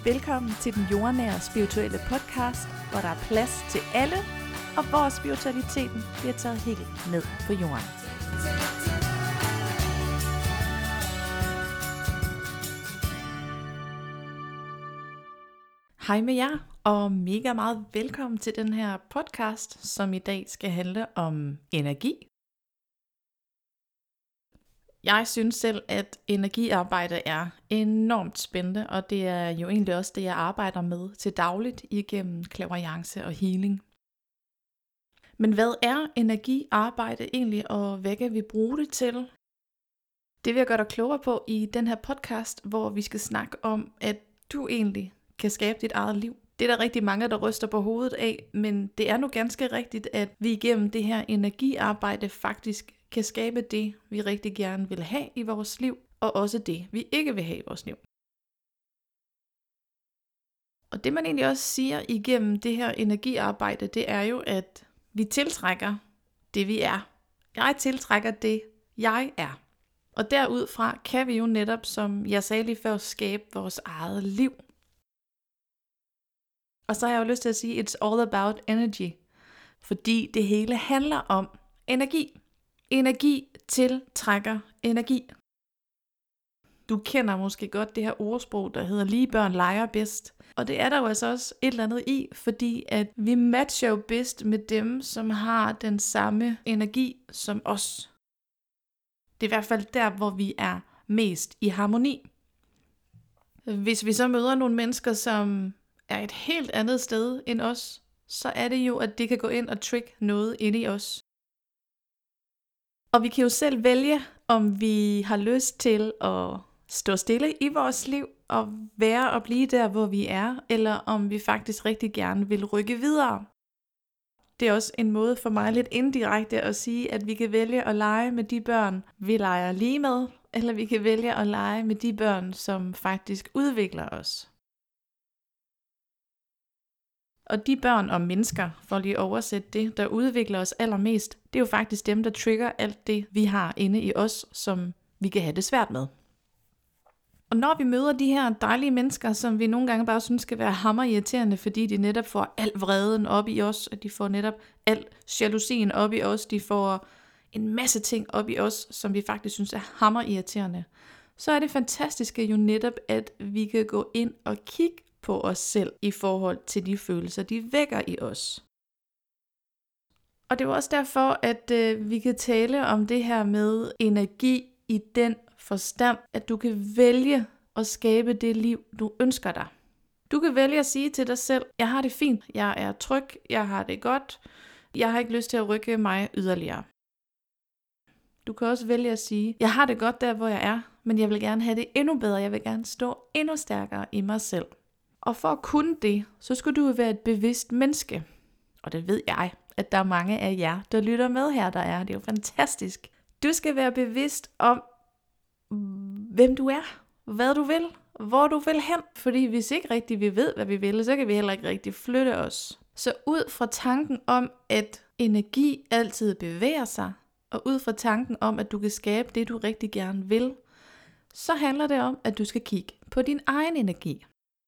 Velkommen til den jordnære spirituelle podcast, hvor der er plads til alle, og hvor spiritualiteten bliver taget helt ned på jorden. Hej med jer, og mega meget velkommen til den her podcast, som i dag skal handle om energi. Jeg synes selv, at energiarbejde er enormt spændende, og det er jo egentlig også det, jeg arbejder med til dagligt igennem clairvoyance og healing. Men hvad er energiarbejde egentlig, og hvad kan vi bruge det til? Det vil jeg gøre dig klogere på i den her podcast, hvor vi skal snakke om, at du egentlig kan skabe dit eget liv. Det er der rigtig mange, der ryster på hovedet af, men det er nu ganske rigtigt, at vi igennem det her energiarbejde faktisk kan skabe det, vi rigtig gerne vil have i vores liv, og også det, vi ikke vil have i vores liv. Og det man egentlig også siger igennem det her energiarbejde, det er jo, at vi tiltrækker det, vi er. Jeg tiltrækker det, jeg er. Og derudfra kan vi jo netop, som jeg sagde lige før, skabe vores eget liv. Og så har jeg jo lyst til at sige, it's all about energy. Fordi det hele handler om energi. Energi tiltrækker energi. Du kender måske godt det her ordsprog, der hedder lige børn leger bedst. Og det er der jo altså også et eller andet i, fordi at vi matcher jo bedst med dem, som har den samme energi som os. Det er i hvert fald der, hvor vi er mest i harmoni. Hvis vi så møder nogle mennesker, som er et helt andet sted end os, så er det jo, at det kan gå ind og trick noget inde i os. Og vi kan jo selv vælge, om vi har lyst til at stå stille i vores liv og være og blive der, hvor vi er, eller om vi faktisk rigtig gerne vil rykke videre. Det er også en måde for mig lidt indirekte at sige, at vi kan vælge at lege med de børn, vi leger lige med, eller vi kan vælge at lege med de børn, som faktisk udvikler os. Og de børn og mennesker, for lige at oversætte det, der udvikler os allermest, det er jo faktisk dem, der trigger alt det, vi har inde i os, som vi kan have det svært med. Og når vi møder de her dejlige mennesker, som vi nogle gange bare synes skal være hammerirriterende, fordi de netop får al vreden op i os, og de får netop al jalousien op i os, de får en masse ting op i os, som vi faktisk synes er hammerirriterende, så er det fantastiske jo netop, at vi kan gå ind og kigge på os selv i forhold til de følelser, de vækker i os. Og det er også derfor, at vi kan tale om det her med energi i den forstand, at du kan vælge at skabe det liv, du ønsker dig. Du kan vælge at sige til dig selv, jeg har det fint, jeg er tryg, jeg har det godt, jeg har ikke lyst til at rykke mig yderligere. Du kan også vælge at sige, jeg har det godt der, hvor jeg er, men jeg vil gerne have det endnu bedre, jeg vil gerne stå endnu stærkere i mig selv. Og for at kunne det, så skal du være et bevidst menneske. Og det ved jeg, at der er mange af jer, der lytter med her, der er. Det er jo fantastisk. Du skal være bevidst om, hvem du er, hvad du vil, hvor du vil hen. Fordi hvis ikke rigtig vi ved, hvad vi vil, så kan vi heller ikke rigtig flytte os. Så ud fra tanken om, at energi altid bevæger sig, og ud fra tanken om, at du kan skabe det, du rigtig gerne vil, så handler det om, at du skal kigge på din egen energi.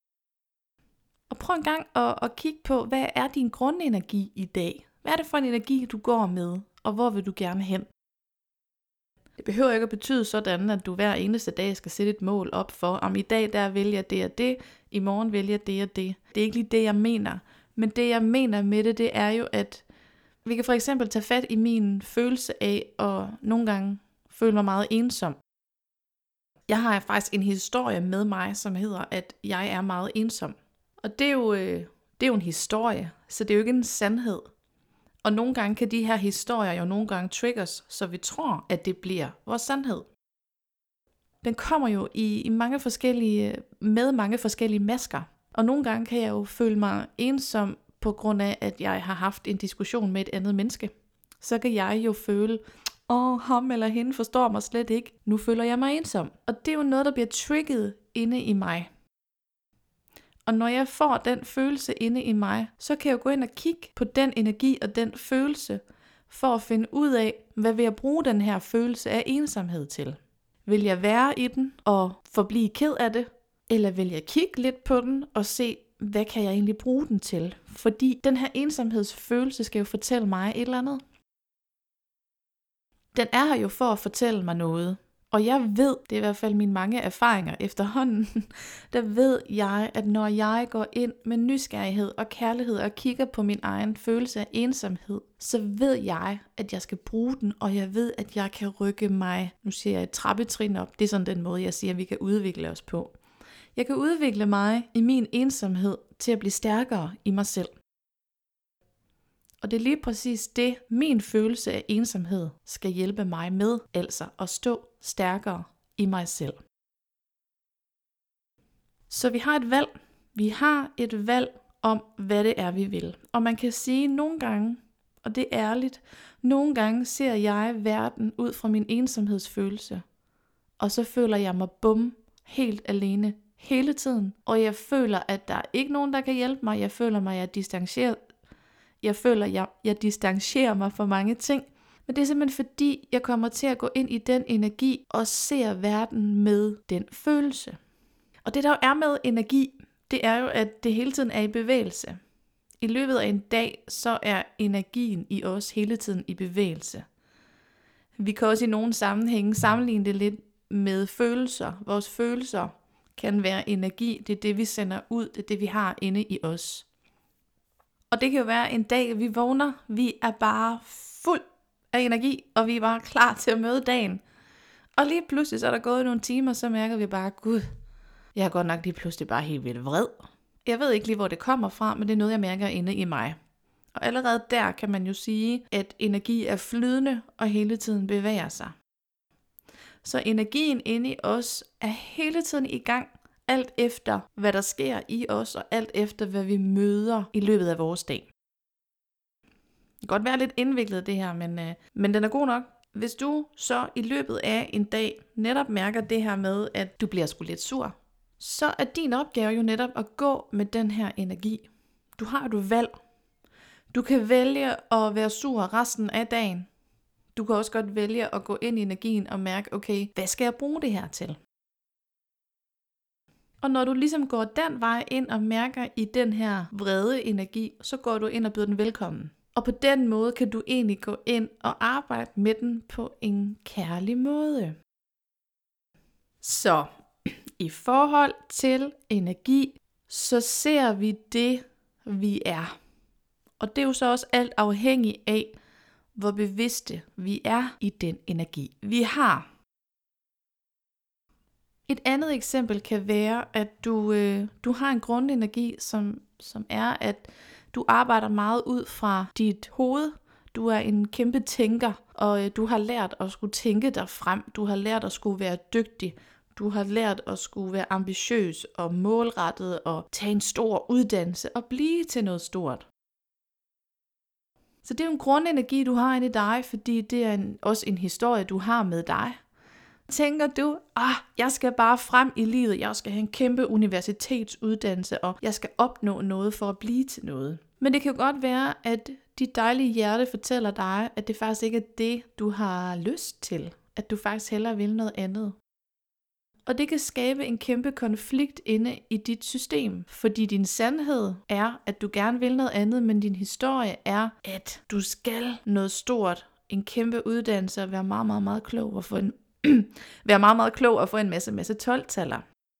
Og prøv en gang at kigge på, hvad er din grundenergi i dag? Hvad er det for en energi, du går med, og hvor vil du gerne hen? Det behøver ikke at betyde sådan, at du hver eneste dag skal sætte et mål op for, om i dag der vælger jeg det og det, i morgen vælger jeg det og det. Det er ikke lige det, jeg mener. Men det, jeg mener med det er jo, at vi kan for eksempel tage fat i min følelse af, og nogle gange føle mig meget ensom. Jeg har faktisk en historie med mig, som hedder, at jeg er meget ensom. Og det er jo en historie, så det er jo ikke en sandhed. Og nogle gange kan de her historier jo nogle gange triggers, så vi tror, at det bliver vores sandhed. Den kommer jo med mange forskellige masker. Og nogle gange kan jeg jo føle mig ensom på grund af, at jeg har haft en diskussion med et andet menneske. Så kan jeg jo føle, ham eller hende forstår mig slet ikke. Nu føler jeg mig ensom. Og det er jo noget, der bliver trigget inde i mig. Og når jeg får den følelse inde i mig, så kan jeg gå ind og kigge på den energi og den følelse, for at finde ud af, hvad vil jeg bruge den her følelse af ensomhed til. Vil jeg være i den og forblive ked af det? Eller vil jeg kigge lidt på den og se, hvad kan jeg egentlig bruge den til? Fordi den her ensomhedsfølelse skal jo fortælle mig et eller andet. Den er her jo for at fortælle mig noget. Og jeg ved, det er i hvert fald mine mange erfaringer efterhånden, der ved jeg, at når jeg går ind med nysgerrighed og kærlighed og kigger på min egen følelse af ensomhed, så ved jeg, at jeg skal bruge den, og jeg ved, at jeg kan rykke mig, nu siger jeg et trappetrin op, det er sådan den måde, jeg siger, at vi kan udvikle os på. Jeg kan udvikle mig i min ensomhed til at blive stærkere i mig selv. Og det er lige præcis det, min følelse af ensomhed skal hjælpe mig med, altså at stå stærkere i mig selv. Så vi har et valg. Vi har et valg om, hvad det er, vi vil. Og man kan sige nogle gange, og det er ærligt, nogle gange ser jeg verden ud fra min ensomhedsfølelse. Og så føler jeg mig helt alene hele tiden. Og jeg føler, at der er ikke nogen, der kan hjælpe mig. Jeg føler mig, jeg distancerer mig for mange ting. Men det er simpelthen fordi, jeg kommer til at gå ind i den energi og ser verden med den følelse. Og det der jo er med energi, det er jo, at det hele tiden er i bevægelse. I løbet af en dag, så er energien i os hele tiden i bevægelse. Vi kan også i nogle sammenhænge sammenligne det lidt med følelser. Vores følelser kan være energi, det er det, vi sender ud, det er det, vi har inde i os. Og det kan jo være en dag, vi vågner, vi er bare fuld af energi, og vi er bare klar til at møde dagen. Og lige pludselig, så er der gået nogle timer, så mærker vi bare, gud, jeg er godt nok lige pludselig bare helt vildt vred. Jeg ved ikke lige, hvor det kommer fra, men det er noget, jeg mærker inde i mig. Og allerede der kan man jo sige, at energi er flydende og hele tiden bevæger sig. Så energien inde i os er hele tiden i gang, alt efter hvad der sker i os, og alt efter hvad vi møder i løbet af vores dag. Det kan godt være lidt indviklet det her, men den er god nok. Hvis du så i løbet af en dag netop mærker det her med, at du bliver sgu lidt sur, så er din opgave jo netop at gå med den her energi. Du har jo valg. Du kan vælge at være sur resten af dagen. Du kan også godt vælge at gå ind i energien og mærke, okay, hvad skal jeg bruge det her til? Og når du ligesom går den vej ind og mærker i den her vrede energi, så går du ind og byder den velkommen. Og på den måde kan du egentlig gå ind og arbejde med den på en kærlig måde. Så i forhold til energi, så ser vi det, vi er. Og det er jo så også alt afhængigt af, hvor bevidste vi er i den energi, vi har. Et andet eksempel kan være, at du har en grundenergi, som er, at du arbejder meget ud fra dit hoved. Du er en kæmpe tænker, og du har lært at skulle tænke dig frem. Du har lært at skulle være dygtig. Du har lært at skulle være ambitiøs og målrettet og tage en stor uddannelse og blive til noget stort. Så det er jo en grundenergi, du har inde i dig, fordi det er også en historie, du har med dig. Tænker du, jeg skal bare frem i livet, jeg skal have en kæmpe universitetsuddannelse, og jeg skal opnå noget for at blive til noget. Men det kan jo godt være, at dit dejlige hjerte fortæller dig, at det faktisk ikke er det, du har lyst til. At du faktisk hellere vil noget andet. Og det kan skabe en kæmpe konflikt inde i dit system, fordi din sandhed er, at du gerne vil noget andet, men din historie er, at du skal noget stort, en kæmpe uddannelse og være meget, meget, meget klog og få en masse 12-taller.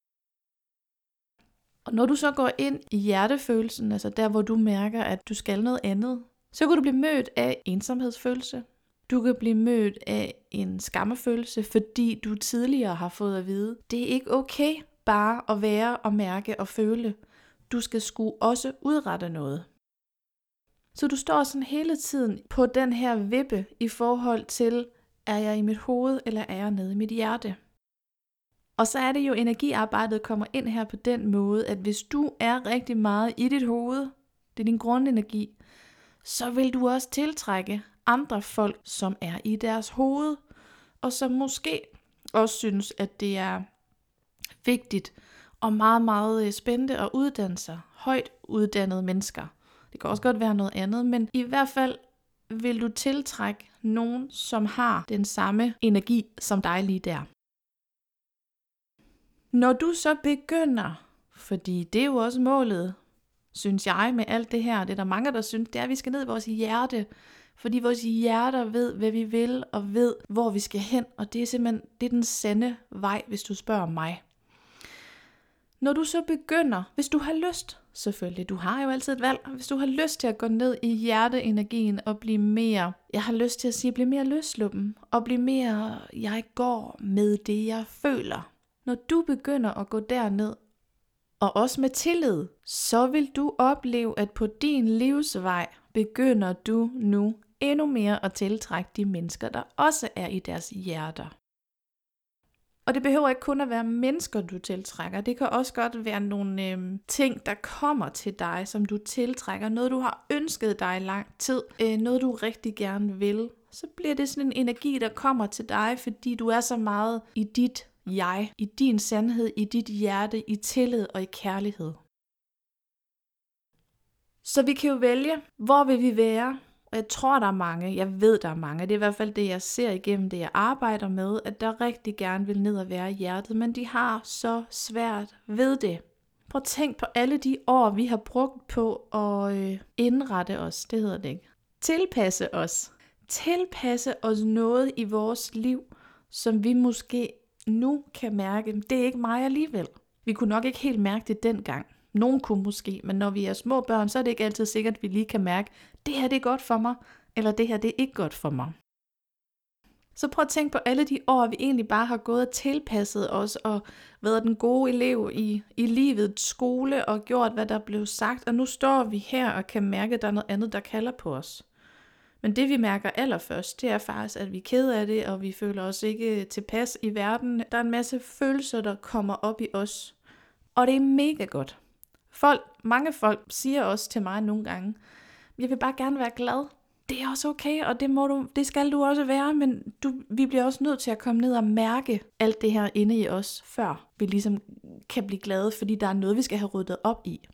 Og når du så går ind i hjertefølelsen, altså der, hvor du mærker, at du skal noget andet, så kan du blive mødt af ensomhedsfølelse. Du kan blive mødt af en skammefølelse, fordi du tidligere har fået at vide, det er ikke okay bare at være og mærke og føle. Du skal sgu også udrette noget. Så du står sådan hele tiden på den her vippe i forhold til, er jeg i mit hoved, eller er jeg nede i mit hjerte? Og så er det jo, energiarbejdet kommer ind her på den måde, at hvis du er rigtig meget i dit hoved, det er din grundenergi, så vil du også tiltrække andre folk, som er i deres hoved, og som måske også synes, at det er vigtigt og meget, meget spændende at uddanne sig. Højt uddannede mennesker. Det kan også godt være noget andet, men i hvert fald vil du tiltrække nogen, som har den samme energi som dig lige der. Når du så begynder, fordi det er jo også målet, synes jeg, med alt det her, det er der mange, der synes, det er, at vi skal ned i vores hjerte, fordi vores hjerter ved, hvad vi vil, og ved, hvor vi skal hen, og det er simpelthen det er den sande vej, hvis du spørger mig. Når du så begynder, hvis du har lyst, selvfølgelig, du har jo altid et valg, hvis du har lyst til at gå ned i hjerteenergien og blive mere, jeg har lyst til at sige, blive mere løsluppen, og blive mere, jeg går med det, jeg føler. Når du begynder at gå derned, og også med tillid, så vil du opleve, at på din livsvej begynder du nu endnu mere at tiltrække de mennesker, der også er i deres hjerter. Og det behøver ikke kun at være mennesker, du tiltrækker. Det kan også godt være nogle ting, der kommer til dig, som du tiltrækker. Noget, du har ønsket dig i lang tid. Noget, du rigtig gerne vil. Så bliver det sådan en energi, der kommer til dig, fordi du er så meget i dit jeg, i din sandhed, i dit hjerte, i tillid og i kærlighed. Så vi kan jo vælge, hvor vil vi være? Og jeg tror, der er mange, jeg ved, der er mange, det er i hvert fald det, jeg ser igennem det, jeg arbejder med, at der rigtig gerne vil ned og være i hjertet, men de har så svært ved det. Prøv at tænk på alle de år, vi har brugt på at indrette os, det hedder det ikke. Tilpasse os noget i vores liv, som vi måske nu kan mærke, det er ikke mig alligevel. Vi kunne nok ikke helt mærke det dengang. Nogen kunne måske, men når vi er små børn, så er det ikke altid sikkert, at vi lige kan mærke, det her det er godt for mig, eller det her det er ikke godt for mig. Så prøv at tænke på alle de år, vi egentlig bare har gået og tilpasset os, og været den gode elev i livets skole, og gjort, hvad der blev sagt, og nu står vi her og kan mærke, at der er noget andet, der kalder på os. Men det vi mærker allerførst, det er faktisk, at vi er ked af det, og vi føler os ikke tilpas i verden. Der er en masse følelser, der kommer op i os, og det er mega godt. Mange folk siger også til mig nogle gange, jeg vil bare gerne være glad. Det er også okay, og det skal du også være, men vi bliver også nødt til at komme ned og mærke alt det her inde i os, før vi ligesom kan blive glade, fordi der er noget, vi skal have ryddet op i.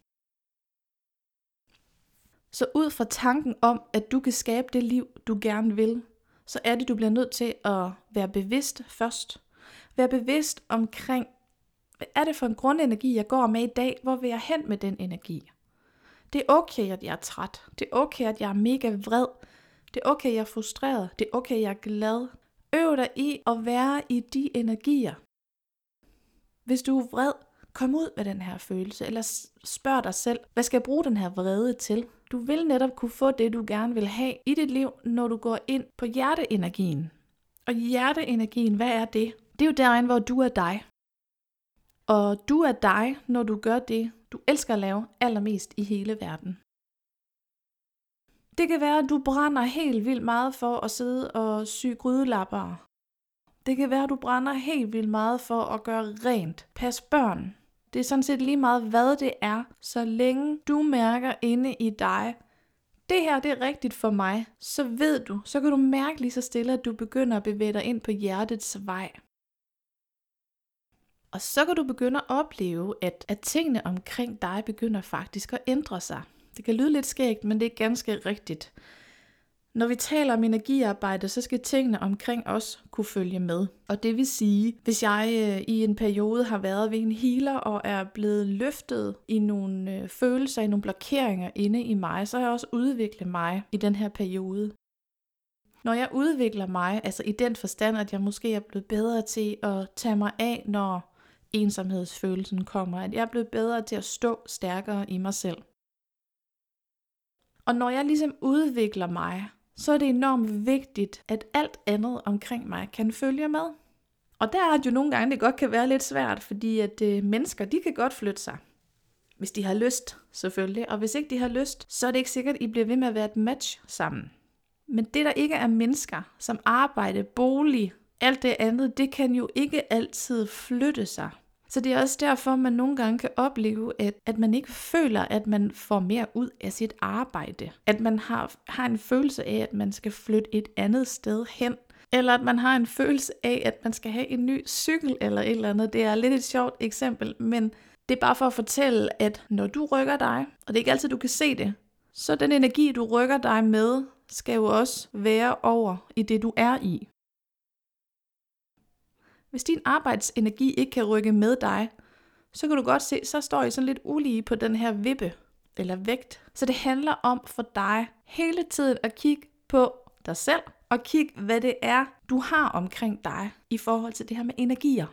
Så ud fra tanken om, at du kan skabe det liv, du gerne vil, så er det, du bliver nødt til at være bevidst først. Være bevidst omkring, hvad er det for en grundenergi, jeg går med i dag? Hvor vil jeg hen med den energi? Det er okay, at jeg er træt. Det er okay, at jeg er mega vred. Det er okay, at jeg er frustreret. Det er okay, at jeg er glad. Øv dig i at være i de energier. Hvis du er vred, kom ud med den her følelse, eller spørg dig selv, hvad skal jeg bruge den her vrede til? Du vil netop kunne få det, du gerne vil have i dit liv, når du går ind på hjerteenergien. Og hjerteenergien, hvad er det? Det er jo derinde, hvor du er dig. Og du er dig, når du gør det, du elsker at lave allermest i hele verden. Det kan være, at du brænder helt vildt meget for at sidde og sy grydelapper. Det kan være, at du brænder helt vildt meget for at gøre rent. Pas børn. Det er sådan set lige meget, hvad det er, så længe du mærker inde i dig, det her det er rigtigt for mig, så ved du, så kan du mærke lige så stille, at du begynder at bevæge dig ind på hjertets vej. Og så kan du begynde at opleve, at tingene omkring dig begynder faktisk at ændre sig. Det kan lyde lidt skægt, men det er ganske rigtigt. Når vi taler om energiarbejde, så skal tingene omkring os kunne følge med. Og det vil sige, hvis jeg i en periode har været ved en healer og er blevet løftet i nogle følelser, i nogle blokeringer inde i mig, så har jeg også udviklet mig i den her periode. Når jeg udvikler mig, altså i den forstand, at jeg måske er blevet bedre til at tage mig af, når ensomhedsfølelsen kommer, at jeg er blevet bedre til at stå stærkere i mig selv. Og når jeg ligesom udvikler mig, så er det enormt vigtigt, at alt andet omkring mig kan følge med. Og der er det jo nogle gange, det godt kan være lidt svært, fordi at mennesker, de kan godt flytte sig. Hvis de har lyst, selvfølgelig. Og hvis ikke de har lyst, så er det ikke sikkert, at I bliver ved med at være et match sammen. Men det, der ikke er mennesker, som arbejde, bolig, alt det andet, det kan jo ikke altid flytte sig. Så det er også derfor, man nogle gange kan opleve, at man ikke føler, at man får mere ud af sit arbejde. At man har en følelse af, at man skal flytte et andet sted hen. Eller at man har en følelse af, at man skal have en ny cykel eller et eller andet. Det er lidt et sjovt eksempel, men det er bare for at fortælle, at når du rykker dig, og det er ikke altid, du kan se det, så den energi, du rykker dig med, skal jo også være over i det, du er i. Hvis din arbejdsenergi ikke kan rykke med dig, så kan du godt se, så står I sådan lidt ulige på den her vippe eller vægt. Så det handler om for dig hele tiden at kigge på dig selv og kigge, hvad det er, du har omkring dig i forhold til det her med energier.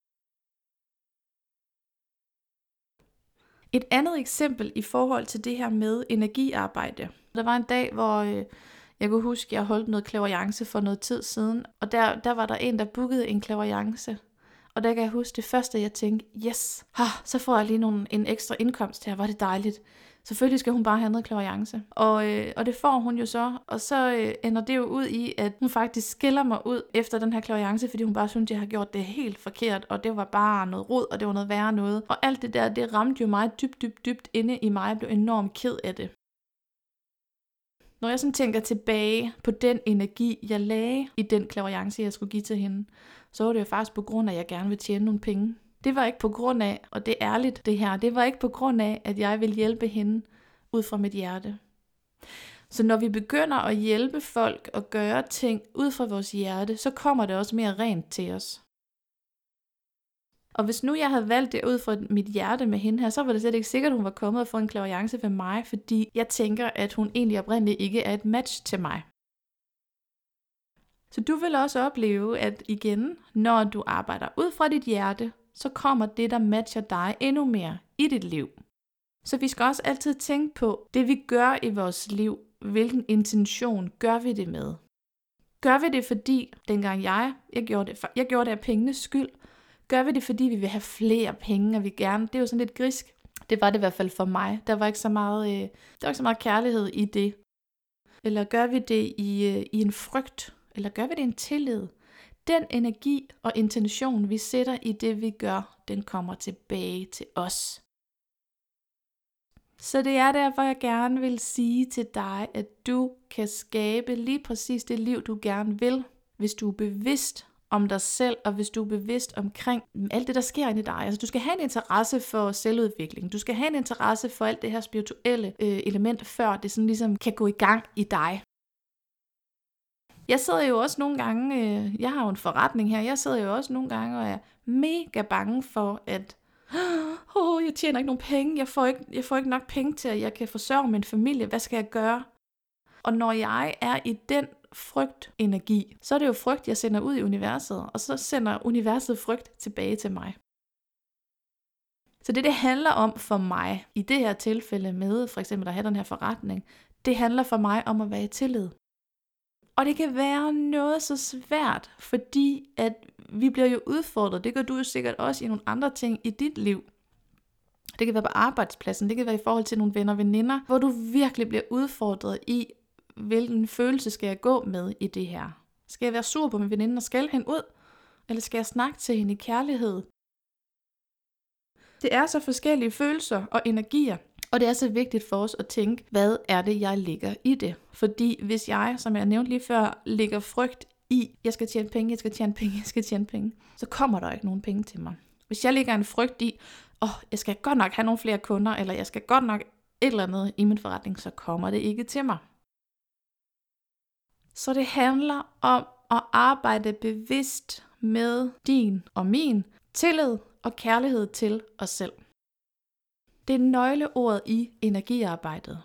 Et andet eksempel i forhold til det her med energiarbejde. Der var en dag, hvor jeg kunne huske, at jeg holdt noget clairvoyance for noget tid siden, og der var der en, der bookede en clairvoyance. Og der kan jeg huske det første, jeg tænkte, yes, så får jeg lige en ekstra indkomst her, var det dejligt. Selvfølgelig skal hun bare have noget clairvoyance. Og det får hun jo så, og så ender det jo ud i, at hun faktisk skiller mig ud efter den her clairvoyance, fordi hun bare syntes, at jeg har gjort det helt forkert, og det var bare noget rod, og det var noget værre noget. Og alt det der, det ramte jo mig dybt inde i mig, jeg blev enormt ked af det. Når jeg sådan tænker tilbage på den energi, jeg lagde i den clairvoyance, jeg skulle give til hende, så var det jo faktisk på grund af, at jeg gerne vil tjene nogle penge. Det var ikke på grund af, og det er ærligt det her, det var ikke på grund af, at jeg vil hjælpe hende ud fra mit hjerte. Så når vi begynder at hjælpe folk og gøre ting ud fra vores hjerte, så kommer det også mere rent til os. Og hvis nu jeg havde valgt det ud fra mit hjerte med hende her, så var det slet ikke sikkert, at hun var kommet og få en clairvoyance ved mig, fordi jeg tænker, at hun egentlig oprindeligt ikke er et match til mig. Så du vil også opleve, at igen, når du arbejder ud fra dit hjerte, så kommer det, der matcher dig endnu mere i dit liv. Så vi skal også altid tænke på det, vi gør i vores liv. Hvilken intention gør vi det med? Gør vi det, fordi dengang jeg gjorde det af pengenes skyld? Gør vi det, fordi vi vil have flere penge, og vi gerne? Det er jo sådan lidt grisk. Det var det i hvert fald for mig. Der var ikke så meget kærlighed i det. Eller gør vi det i en frygt? Eller gør vi det i en tillid? Den energi og intention, vi sætter i det, vi gør, den kommer tilbage til os. Så det er derfor, jeg gerne vil sige til dig, at du kan skabe lige præcis det liv, du gerne vil, hvis du er bevidst om dig selv, og hvis du er bevidst omkring alt det, der sker inde i dig. Altså, du skal have en interesse for selvudvikling. Du skal have en interesse for alt det her spirituelle element, før det sådan ligesom kan gå i gang i dig. Jeg sidder jo også nogle gange, jeg har jo en forretning her, jeg sidder jo også nogle gange og er mega bange for, at jeg tjener ikke nogen penge, jeg får ikke nok penge til, at jeg kan forsørge min familie, hvad skal jeg gøre? Og når jeg er i den frygtenergi, så er det jo frygt, jeg sender ud i universet, og så sender universet frygt tilbage til mig. Så det handler om for mig, i det her tilfælde med for eksempel at have den her forretning, det handler for mig om at være i tillid. Og det kan være noget så svært, fordi at vi bliver jo udfordret. Det gør du jo sikkert også i nogle andre ting i dit liv. Det kan være på arbejdspladsen, det kan være i forhold til nogle venner og veninder, hvor du virkelig bliver udfordret i, hvilken følelse skal jeg gå med i det her. Skal jeg være sur på min veninde og skælde hende ud? Eller skal jeg snakke til hende i kærlighed? Det er så forskellige følelser og energier. Og det er så vigtigt for os at tænke, hvad er det, jeg lægger i det? Fordi hvis jeg, som jeg nævnte lige før, lægger frygt i, jeg skal tjene penge, så kommer der ikke nogen penge til mig. Hvis jeg lægger en frygt i, jeg skal godt nok have nogle flere kunder, eller jeg skal godt nok et eller andet i min forretning, så kommer det ikke til mig. Så det handler om at arbejde bevidst med din og min tillid og kærlighed til os selv. Det er nøgleordet i energiarbejdet.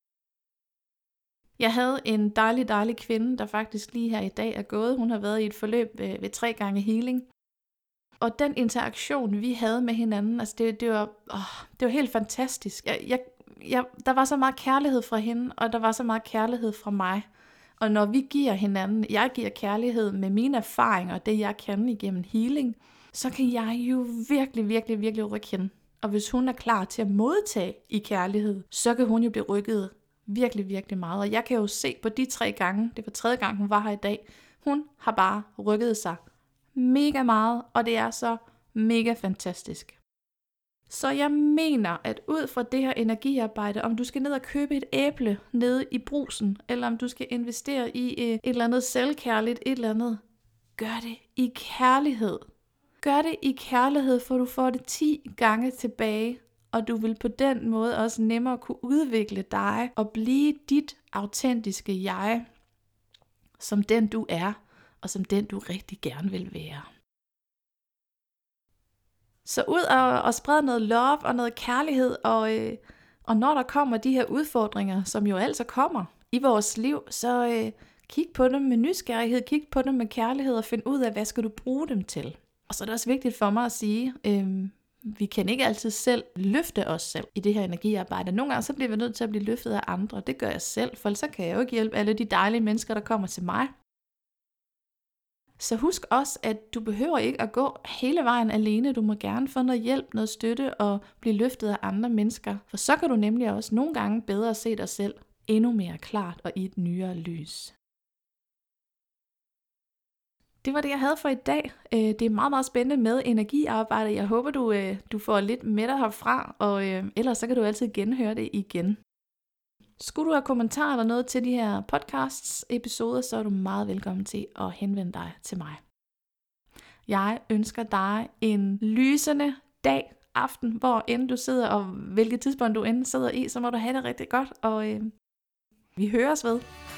Jeg havde en dejlig kvinde, der faktisk lige her i dag er gået. Hun har været i et forløb ved 3 gange healing. Og den interaktion, vi havde med hinanden, altså det var helt fantastisk. Der var så meget kærlighed fra hende, og der var så meget kærlighed fra mig. Og når vi giver hinanden, jeg giver kærlighed med mine erfaringer, det jeg kan igennem healing, så kan jeg jo virkelig rykke hende. Og hvis hun er klar til at modtage i kærlighed, så kan hun jo blive rykket virkelig meget. Og jeg kan jo se på de 3 gange, det var 3. gang hun var her i dag, hun har bare rykket sig mega meget, og det er så mega fantastisk. Så jeg mener, at ud fra det her energiarbejde, om du skal ned og købe et æble nede i Brugsen, eller om du skal investere i et eller andet selvkærligt, et eller andet, gør det i kærlighed. Gør det i kærlighed, for du får det 10 gange tilbage, og du vil på den måde også nemmere kunne udvikle dig og blive dit autentiske jeg, som den du er, og som den du rigtig gerne vil være. Så ud og sprede noget love og noget kærlighed, og når der kommer de her udfordringer, som jo altså kommer i vores liv, så kig på dem med nysgerrighed, kig på dem med kærlighed og find ud af, hvad skal du bruge dem til. Og så er det også vigtigt for mig at sige, vi kan ikke altid selv løfte os selv i det her energiarbejde. Nogle gange så bliver vi nødt til at blive løftet af andre. Det gør jeg selv, for så kan jeg jo ikke hjælpe alle de dejlige mennesker, der kommer til mig. Så husk også, at du behøver ikke at gå hele vejen alene. Du må gerne få noget hjælp, noget støtte og blive løftet af andre mennesker. For så kan du nemlig også nogle gange bedre se dig selv endnu mere klart og i et nyere lys. Det var det, jeg havde for i dag. Det er meget, meget spændende med energiarbejde. Jeg håber, du får lidt med dig herfra, og ellers så kan du altid genhøre det igen. Skulle du have kommentarer eller noget til de her podcasts episoder, så er du meget velkommen til at henvende dig til mig. Jeg ønsker dig en lysende dag, aften, hvor end du sidder, og hvilket tidspunkt du end sidder i, så må du have det rigtig godt, og vi høres ved.